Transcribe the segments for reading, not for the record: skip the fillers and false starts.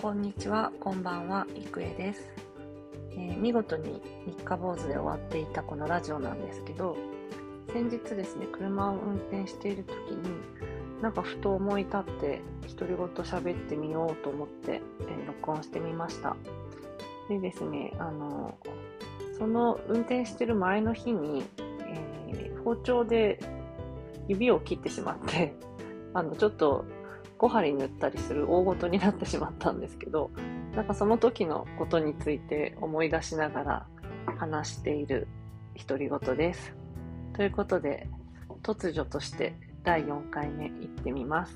こんにちは、こんばんは、いくえです。見事に三日坊主で終わっていたこのラジオなんですけど、先日ですね、車を運転している時に、なんかふと思い立って独り言喋ってみようと思って、録音してみました。でですね、その運転してる前の日に、包丁で指を切ってしまって、ちょっと5針塗ったりする大事になってしまったんですけど、なんかその時のことについて思い出しながら話している独り言です。ということで、突如として第4回目行ってみます。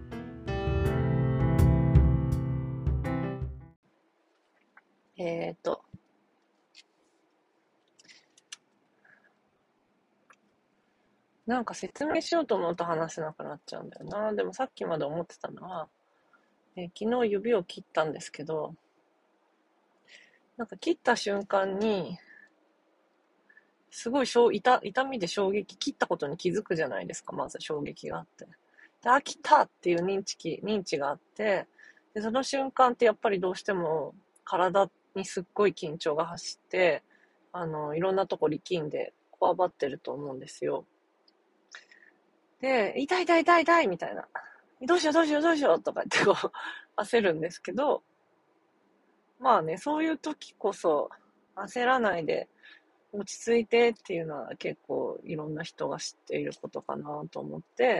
なんか説明しようと思うと話せなくなっちゃうんだよな。でもさっきまで思ってたのは、昨日指を切ったんですけど、なんか切った瞬間に、すごい痛みで衝撃、切ったことに気づくじゃないですか、まず衝撃があって。で、あ、切ったっていう認知があって、で、その瞬間ってやっぱりどうしても体にすっごい緊張が走って、いろんなとこ力んで、こわばってると思うんですよ。で、痛い痛い痛い痛いみたいな。どうしようどうしようどうしようとか言ってこう、焦るんですけど、まあね、そういう時こそ焦らないで、落ち着いてっていうのは結構いろんな人が知っていることかなと思って、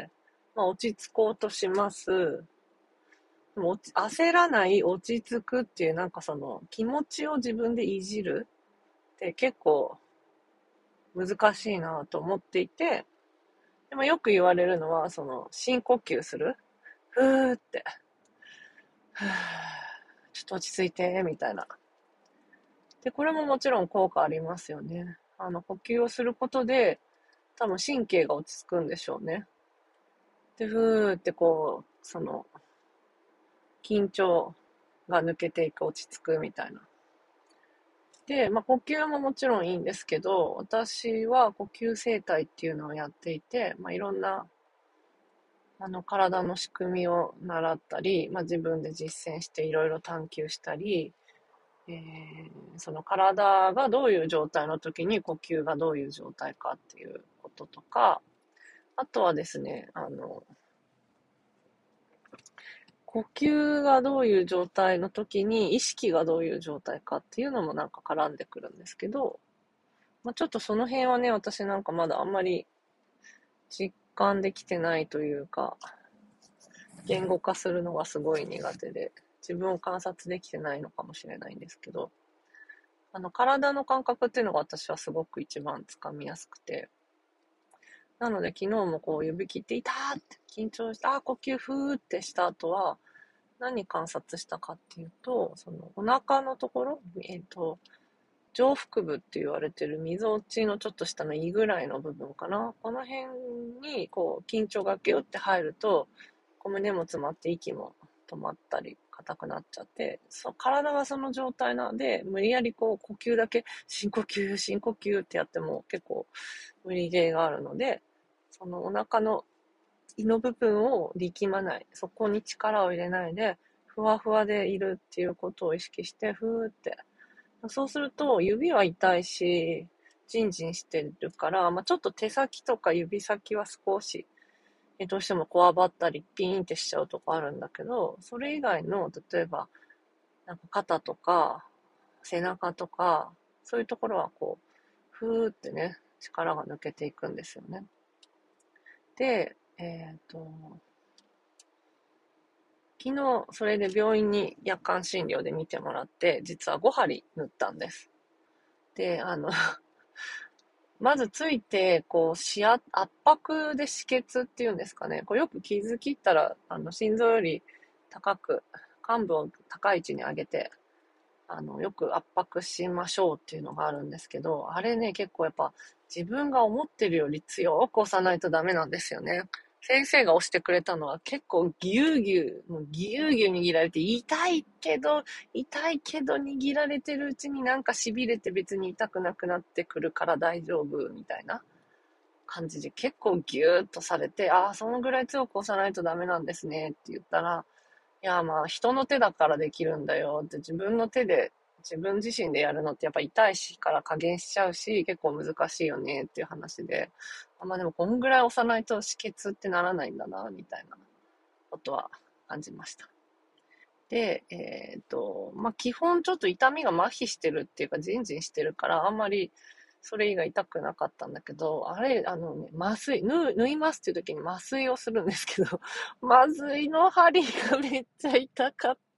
まあ、落ち着こうとします。でも焦らない、落ち着くっていうなんかその気持ちを自分でいじるって結構難しいなと思っていて、でもよく言われるのはその深呼吸する。ふーって、ふーちょっと落ち着いてみたいな。で、これももちろん効果ありますよね。呼吸をすることで多分神経が落ち着くんでしょうね。で、ふーってこう、その、緊張が抜けていく、落ち着くみたいな。で、まあ、呼吸ももちろんいいんですけど、私は呼吸整体っていうのをやっていて、まあ、いろんな、体の仕組みを習ったり、まあ、自分で実践していろいろ探求したり、その体がどういう状態の時に呼吸がどういう状態かっていうこととか、あとはですね、呼吸がどういう状態の時に意識がどういう状態かっていうのもなんか絡んでくるんですけど、まあ、ちょっとその辺はね、私なんかまだあんまり実感できてないというか、言語化するのがすごい苦手で、自分を観察できてないのかもしれないんですけど、体の感覚っていうのが私はすごく一番つかみやすくて、なので昨日もこう指切って痛ーって緊張して、呼吸ふーってした後は、何観察したかっていうと、そのお腹のところ、上腹部って言われてるみぞおちのちょっと下の胃ぐらいの部分かな。この辺にこう緊張がギュって入ると、胸も詰まって息も止まったり硬くなっちゃって、体がその状態なので、無理やりこう呼吸だけ深呼吸深呼吸ってやっても結構無理ゲーがあるので、そのお腹の胃の部分を力まない、そこに力を入れないでふわふわでいるっていうことを意識してふーって、そうすると指は痛いしジンジンしてるから、まあ、ちょっと手先とか指先は少しどうしてもこわばったりピーンってしちゃうとこあるんだけど、それ以外の例えばなんか肩とか背中とかそういうところはこうふーってね、力が抜けていくんですよね。で、昨日それで病院に夜間診療で見てもらって、実は5針縫ったんです。で、まずついて、こう、圧迫で止血っていうんですかね。こうよく傷切ったら、心臓より高く、患部を高い位置に上げて、よく圧迫しましょうっていうのがあるんですけど、あれね、結構やっぱ自分が思ってるより強く押さないとダメなんですよね。先生が押してくれたのは結構もうぎゅうぎゅう握られて、痛いけど握られてるうちになんか痺れて別に痛くなくなってくるから大丈夫みたいな感じで結構ぎゅーっとされて、そのぐらい強く押さないとダメなんですねって言ったら、いや、まあ、人の手だからできるんだよって、自分の手で、自分自身でやるのってやっぱ痛いしから加減しちゃうし、結構難しいよねっていう話で、まあでもこんぐらい押さないと止血ってならないんだな、みたいなことは感じました。で、まあ、基本ちょっと痛みが麻痺してるっていうか、ジンジンしてるから、あんまりそれ以外痛くなかったんだけど、あれ、麻酔、縫いますっていう時に麻酔をするんですけど、麻酔の針がめっちゃ痛かった。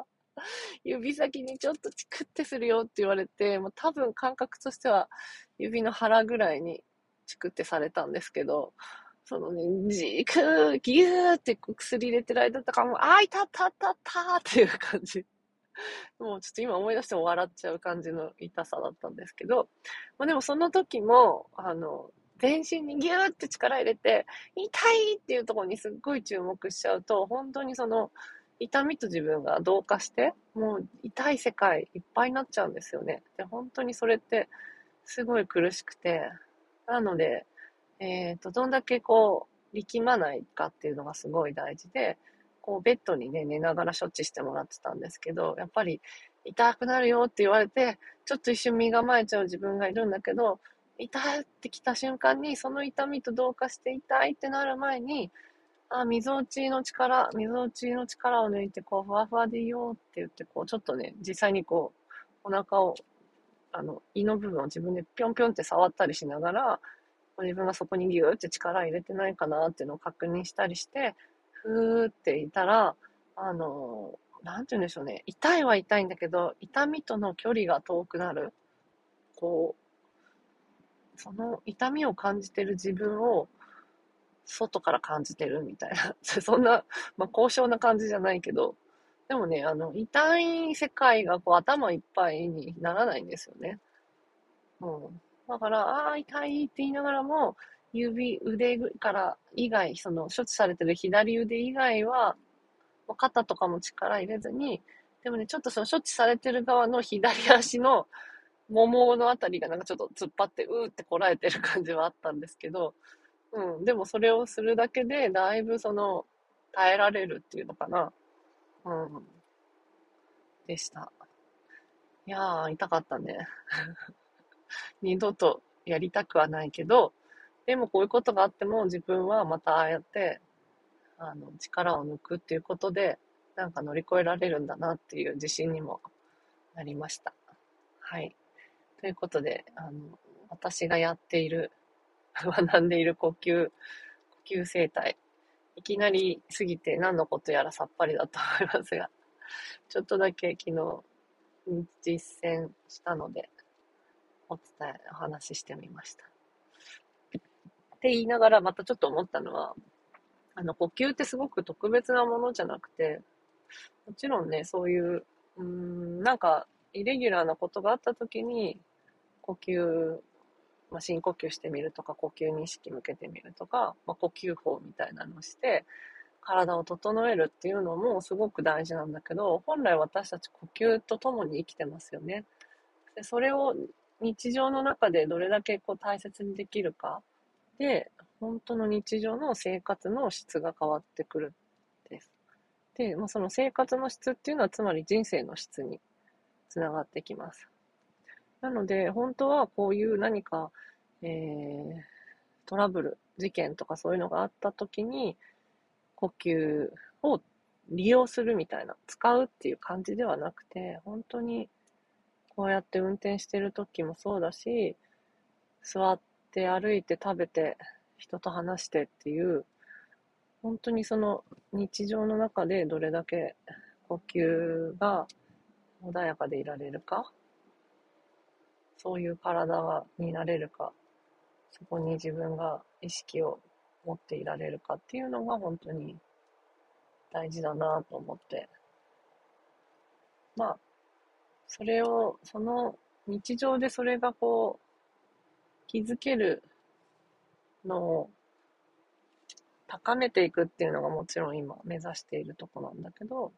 指先にちょっとチクってするよって言われて、もう多分感覚としては指の腹ぐらいにチクってされたんですけど、そのね、ギューって薬入れてる間とかも、あー、いたたたたっていう感じ。もうちょっと今思い出しても笑っちゃう感じの痛さだったんですけど、まあ、でもその時も、全身にギューって力入れて、痛いっていうところにすっごい注目しちゃうと、本当にその、痛みと自分が同化して、もう痛い世界いっぱいになっちゃうんですよね。で、本当にそれってすごい苦しくて、なので、どんだけこう、力まないかっていうのがすごい大事で、こう、ベッドにね、寝ながら処置してもらってたんですけど、やっぱり、痛くなるよって言われて、ちょっと一瞬身構えちゃう自分がいるんだけど、痛いってきた瞬間に、その痛みと同化して痛いってなる前に、あ、みぞおちの力を抜いて、こう、ふわふわでいいよって言って、こう、ちょっとね、実際にこう、お腹を、胃の部分を自分でぴょんぴょんって触ったりしながら、自分がそこにギューって力入れてないかなっていうのを確認したりして、ふーっていたら、なんて言うんでしょうね。痛いは痛いんだけど、痛みとの距離が遠くなる。こその痛みを感じてる自分を外から感じてるみたいな。そんな、まあ、高尚な感じじゃないけど、でもね、痛い世界がこう頭いっぱいにならないんですよね。うん。だから、ああ、痛いって言いながらも、腕から以外、その、処置されてる左腕以外は、肩とかも力入れずに、でもね、ちょっとその処置されてる側の左足のもものあたりがなんかちょっと突っ張って、うーってこらえてる感じはあったんですけど、うん、でもそれをするだけで、だいぶその、耐えられるっていうのかな。うん、でした。いやー、痛かったね。二度とやりたくはないけど、でもこういうことがあっても自分はまたああやって、力を抜くっていうことで、なんか乗り越えられるんだなっていう自信にもなりました。はい。ということで、私がやっている、学んでいる呼吸生態、いきなり過ぎて何のことやらさっぱりだと思いますが、ちょっとだけ昨日実践したので、お話ししてみました。って言いながらまたちょっと思ったのは、呼吸ってすごく特別なものじゃなくて、もちろんね、そういう、なんか、イレギュラーなことがあった時に、呼吸、まあ、深呼吸してみるとか、呼吸に意識向けてみるとか、まあ、呼吸法みたいなのをして、体を整えるっていうのもすごく大事なんだけど、本来私たち呼吸と共に生きてますよね。で、それを日常の中でどれだけこう大切にできるかで、本当の日常の生活の質が変わってくるんです。で、まあ、その生活の質っていうのはつまり人生の質につながってきます。なので、本当はこういう何か、えー、トラブル、事件とかそういうのがあった時に、呼吸を利用するみたいな、使うっていう感じではなくて、本当にこうやって運転してる時もそうだし、座って歩いて食べて人と話してっていう、本当にその日常の中でどれだけ呼吸が穏やかでいられるか、そういう体になれるか、そこに自分が意識を持っていられるかっていうのが本当に大事だなと思って、まあ、その日常でそれがこう、気づけるのを高めていくっていうのがもちろん今目指しているとこなんだけど、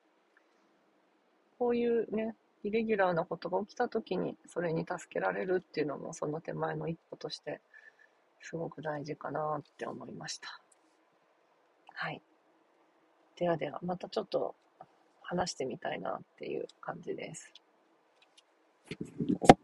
こういうね、イレギュラーなことが起きた時にそれに助けられるっていうのもその手前の一歩としてすごく大事かなって思いました。はい。ではでは、またちょっと話してみたいなっていう感じです。